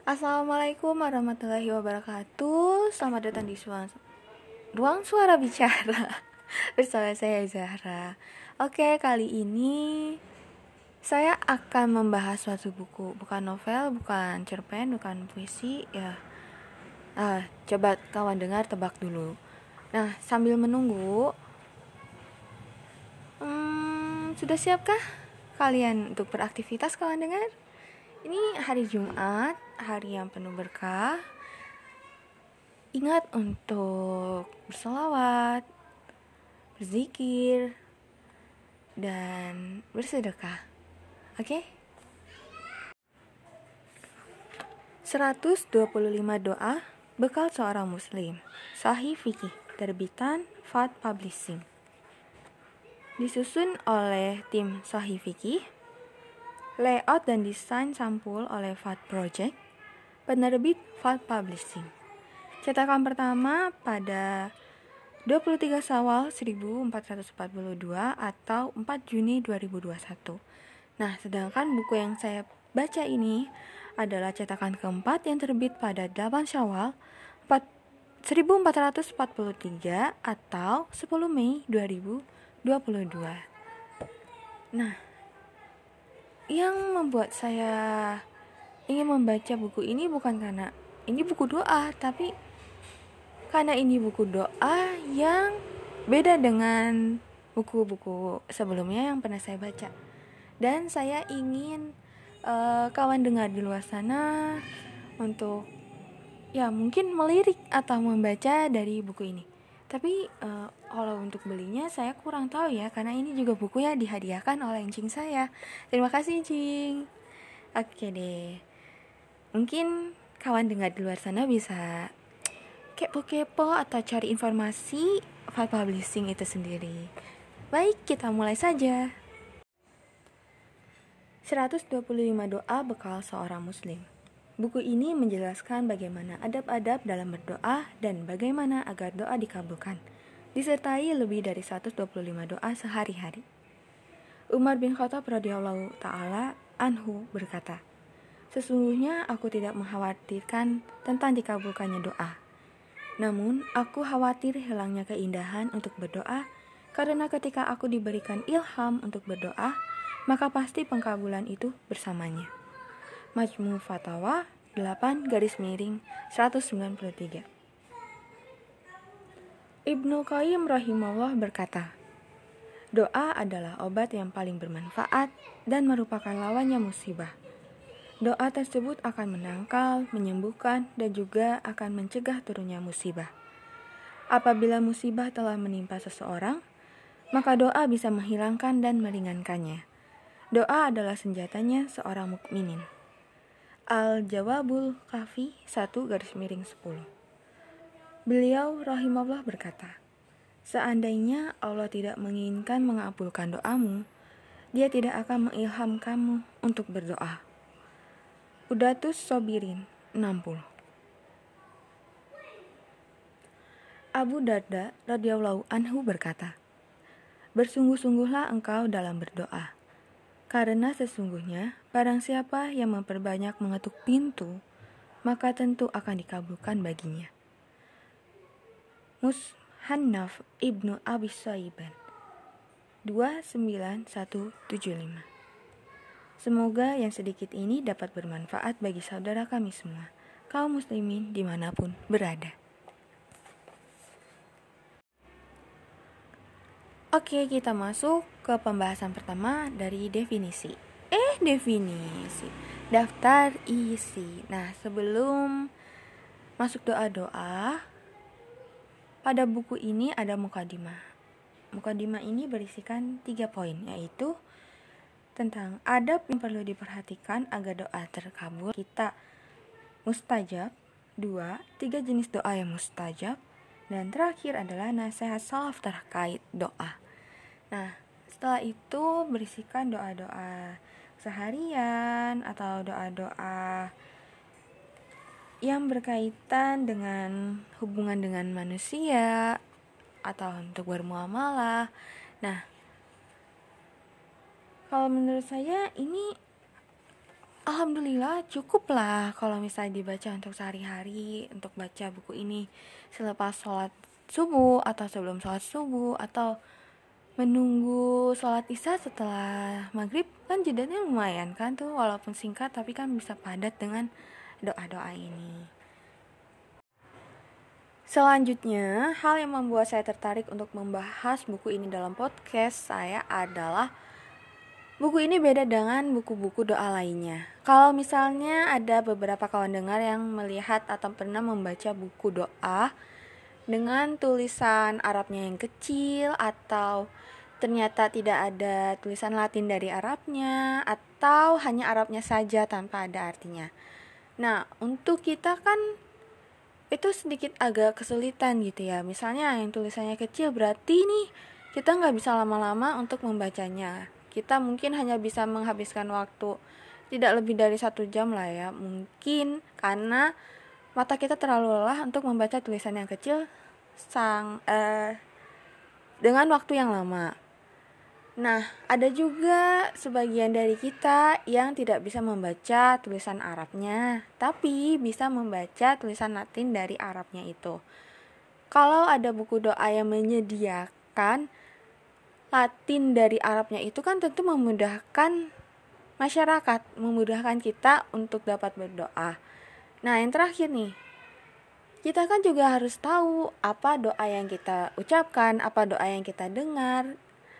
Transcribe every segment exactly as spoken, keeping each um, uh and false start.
Assalamualaikum warahmatullahi wabarakatuh. Selamat datang di Ruang, ruang Suara Bicara bersama saya Zahra. Oke, kali ini saya akan membahas suatu buku, bukan novel, bukan cerpen, bukan puisi, ya. Ah, coba kawan dengar, tebak dulu. Nah, sambil menunggu, hmm, sudah siapkah kalian untuk beraktivitas, kawan dengar? Ini hari Jumat, hari yang penuh berkah. Ingat untuk berselawat, berzikir, dan bersedekah. Oke? Okay? seratus dua puluh lima doa bekal seorang muslim. Sahih Fikih, terbitan Fat Publishing. Disusun oleh tim Sahih Fikih. Layout dan desain sampul oleh Fat Project. Penerbit Fat Publishing. Cetakan pertama pada dua puluh tiga Syawal seribu empat ratus empat puluh dua atau empat Juni dua ribu dua puluh satu. Nah, sedangkan buku yang saya baca ini adalah cetakan keempat yang terbit pada delapan Syawal seribu empat ratus empat puluh tiga atau sepuluh Mei dua ribu dua puluh dua. Nah, yang membuat saya ingin membaca buku ini bukan karena ini buku doa, tapi karena ini buku doa yang beda dengan buku-buku sebelumnya yang pernah saya baca. Dan saya ingin uh, kawan dengar di luar sana untuk ya mungkin melirik atau membaca dari buku ini. Tapi uh, kalau untuk belinya saya kurang tahu ya, karena ini juga buku yang dihadiahkan oleh encing saya. Terima kasih encing. Oke deh. Mungkin kawan dengar di luar sana bisa kepo-kepo atau cari informasi Fat Publishing itu sendiri. Baik, kita mulai saja. seratus dua puluh lima doa bekal seorang muslim. Buku ini menjelaskan bagaimana adab-adab dalam berdoa dan bagaimana agar doa dikabulkan, disertai lebih dari seratus dua puluh lima doa sehari-hari. Umar bin Khattab radhiyallahu ta'ala anhu berkata, "Sesungguhnya aku tidak mengkhawatirkan tentang dikabulkannya doa. Namun, aku khawatir hilangnya keindahan untuk berdoa, karena ketika aku diberikan ilham untuk berdoa, maka pasti pengkabulan itu bersamanya." Majmu Fatawa delapan garis miring seratus sembilan puluh tiga. Ibnu Qayyim rahimahullah berkata, "Doa adalah obat yang paling bermanfaat dan merupakan lawannya musibah. Doa tersebut akan menangkal, menyembuhkan, dan juga akan mencegah turunnya musibah. Apabila musibah telah menimpa seseorang, maka doa bisa menghilangkan dan meringankannya. Doa adalah senjatanya seorang mukminin." Al-Jawabul Kafi satu garis miring sepuluh. Beliau rahimahullah berkata, "Seandainya Allah tidak menginginkan mengabulkan doamu, Dia tidak akan mengilham kamu untuk berdoa." Udatus Sobirin enam puluh. Abu Darda radhiyallahu anhu berkata, "Bersungguh-sungguhlah engkau dalam berdoa, karena sesungguhnya barang siapa yang memperbanyak mengetuk pintu, maka tentu akan dikabulkan baginya." Mushannaf Ibnu Abi Saiban dua sembilan satu tujuh lima. Semoga yang sedikit ini dapat bermanfaat bagi saudara kami semua, kaum muslimin dimanapun berada. Oke, kita masuk ke pembahasan pertama dari definisi. Eh, definisi. Daftar isi. Nah, sebelum masuk doa-doa, pada buku ini ada mukadimah. Mukadimah ini berisikan tiga poin, yaitu tentang adab yang perlu diperhatikan agar doa terkabul, kita mustajab, dua, tiga jenis doa yang mustajab, dan terakhir adalah nasihat salaf terkait doa. Nah, setelah itu berisikan doa-doa seharian atau doa-doa yang berkaitan dengan hubungan dengan manusia atau untuk bermuamalah. Nah, kalau menurut saya ini Alhamdulillah cukup lah kalau misalnya dibaca untuk sehari-hari, untuk baca buku ini selepas sholat subuh atau sebelum sholat subuh atau menunggu sholat isya setelah maghrib. Kan jedanya lumayan kan tuh, walaupun singkat tapi kan bisa padat dengan doa-doa ini. Selanjutnya, hal yang membuat saya tertarik untuk membahas buku ini dalam podcast saya adalah buku ini beda dengan buku-buku doa lainnya. Kalau misalnya ada beberapa kawan dengar yang melihat atau pernah membaca buku doa dengan tulisan Arabnya yang kecil, atau ternyata tidak ada tulisan Latin dari Arabnya, atau hanya Arabnya saja tanpa ada artinya. Nah, untuk kita kan itu sedikit agak kesulitan gitu ya. Misalnya yang tulisannya kecil berarti nih kita nggak bisa lama-lama untuk membacanya. Kita mungkin hanya bisa menghabiskan waktu tidak lebih dari satu jam lah ya. Mungkin karena mata kita terlalu lelah untuk membaca tulisan yang kecil sang eh, dengan waktu yang lama. Nah, ada juga sebagian dari kita yang tidak bisa membaca tulisan Arabnya, tapi bisa membaca tulisan Latin dari Arabnya itu. Kalau ada buku doa yang menyediakan Latin dari Arabnya itu kan tentu memudahkan masyarakat, memudahkan kita untuk dapat berdoa. Nah, yang terakhir nih, kita kan juga harus tahu apa doa yang kita ucapkan, apa doa yang kita dengar.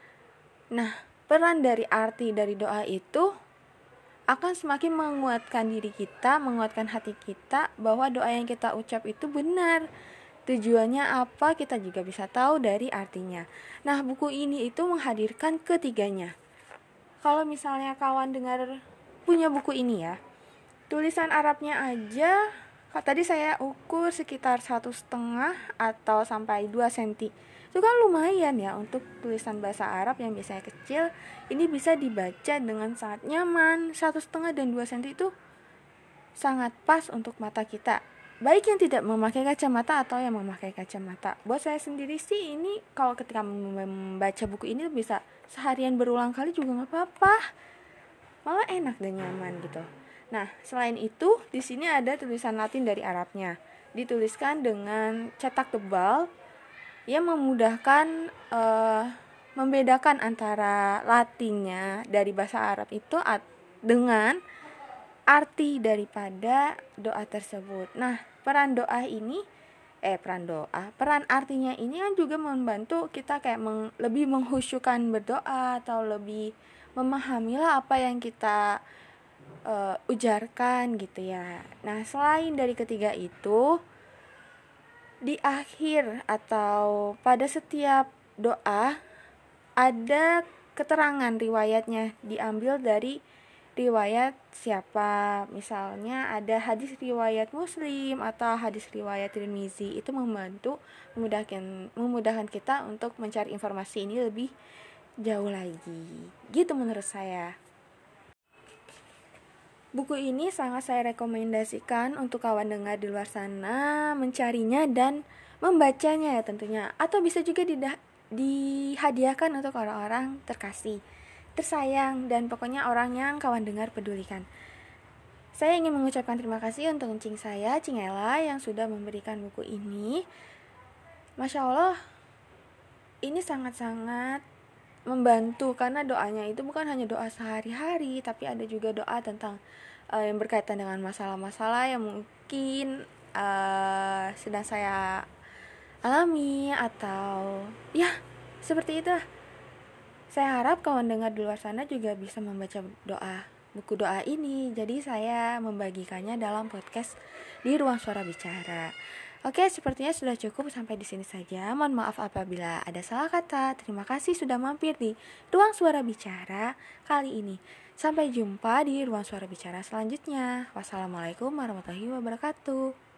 Nah, peran dari arti dari doa itu akan semakin menguatkan diri kita, menguatkan hati kita bahwa doa yang kita ucap itu benar. Tujuannya apa kita juga bisa tahu dari artinya. Nah, buku ini itu menghadirkan ketiganya. Kalau misalnya kawan dengar punya buku ini ya, tulisan Arabnya aja tadi saya ukur sekitar satu setengah atau sampai dua senti. Itu kan lumayan ya untuk tulisan bahasa Arab yang biasanya kecil. Ini bisa dibaca dengan sangat nyaman. Satu setengah dan dua senti itu sangat pas untuk mata kita, baik yang tidak memakai kacamata atau yang memakai kacamata. Buat saya sendiri sih ini kalau ketika membaca buku ini bisa seharian berulang kali juga nggak apa-apa, malah enak dan nyaman gitu. Nah, selain itu di sini ada tulisan Latin dari Arabnya, dituliskan dengan cetak tebal yang memudahkan uh, membedakan antara Latinnya dari bahasa Arab itu at- dengan arti daripada doa tersebut. Nah, peran doa ini eh peran doa, peran artinya ini kan juga membantu kita kayak meng, lebih menghusyukan berdoa atau lebih memahamilah apa yang kita uh, ujarkan gitu ya. Nah, selain dari ketiga itu, di akhir atau pada setiap doa ada keterangan riwayatnya diambil dari riwayat siapa. Misalnya ada hadis riwayat Muslim atau hadis riwayat Tirmizi. Itu membantu memudahkan memudahkan kita untuk mencari informasi ini lebih jauh lagi. Gitu menurut saya. Buku ini sangat saya rekomendasikan untuk kawan dengar di luar sana mencarinya dan membacanya ya tentunya. Atau bisa juga didah- dihadiahkan untuk orang-orang terkasih, tersayang, dan pokoknya orang yang kawan dengar pedulikan. Saya ingin mengucapkan terima kasih untuk Cing saya, Cing Ella, yang sudah memberikan buku ini. Masya Allah, ini sangat-sangat membantu karena doanya itu bukan hanya doa sehari-hari, tapi ada juga doa tentang uh, yang berkaitan dengan masalah-masalah yang mungkin uh, sedang saya alami atau ya seperti itu. Saya harap kawan dengar di luar sana juga bisa membaca doa buku doa ini. Jadi saya membagikannya dalam podcast di Ruang Suara Bicara. Oke, sepertinya sudah cukup sampai di sini saja. Mohon maaf apabila ada salah kata. Terima kasih sudah mampir di Ruang Suara Bicara kali ini. Sampai jumpa di Ruang Suara Bicara selanjutnya. Wassalamualaikum warahmatullahi wabarakatuh.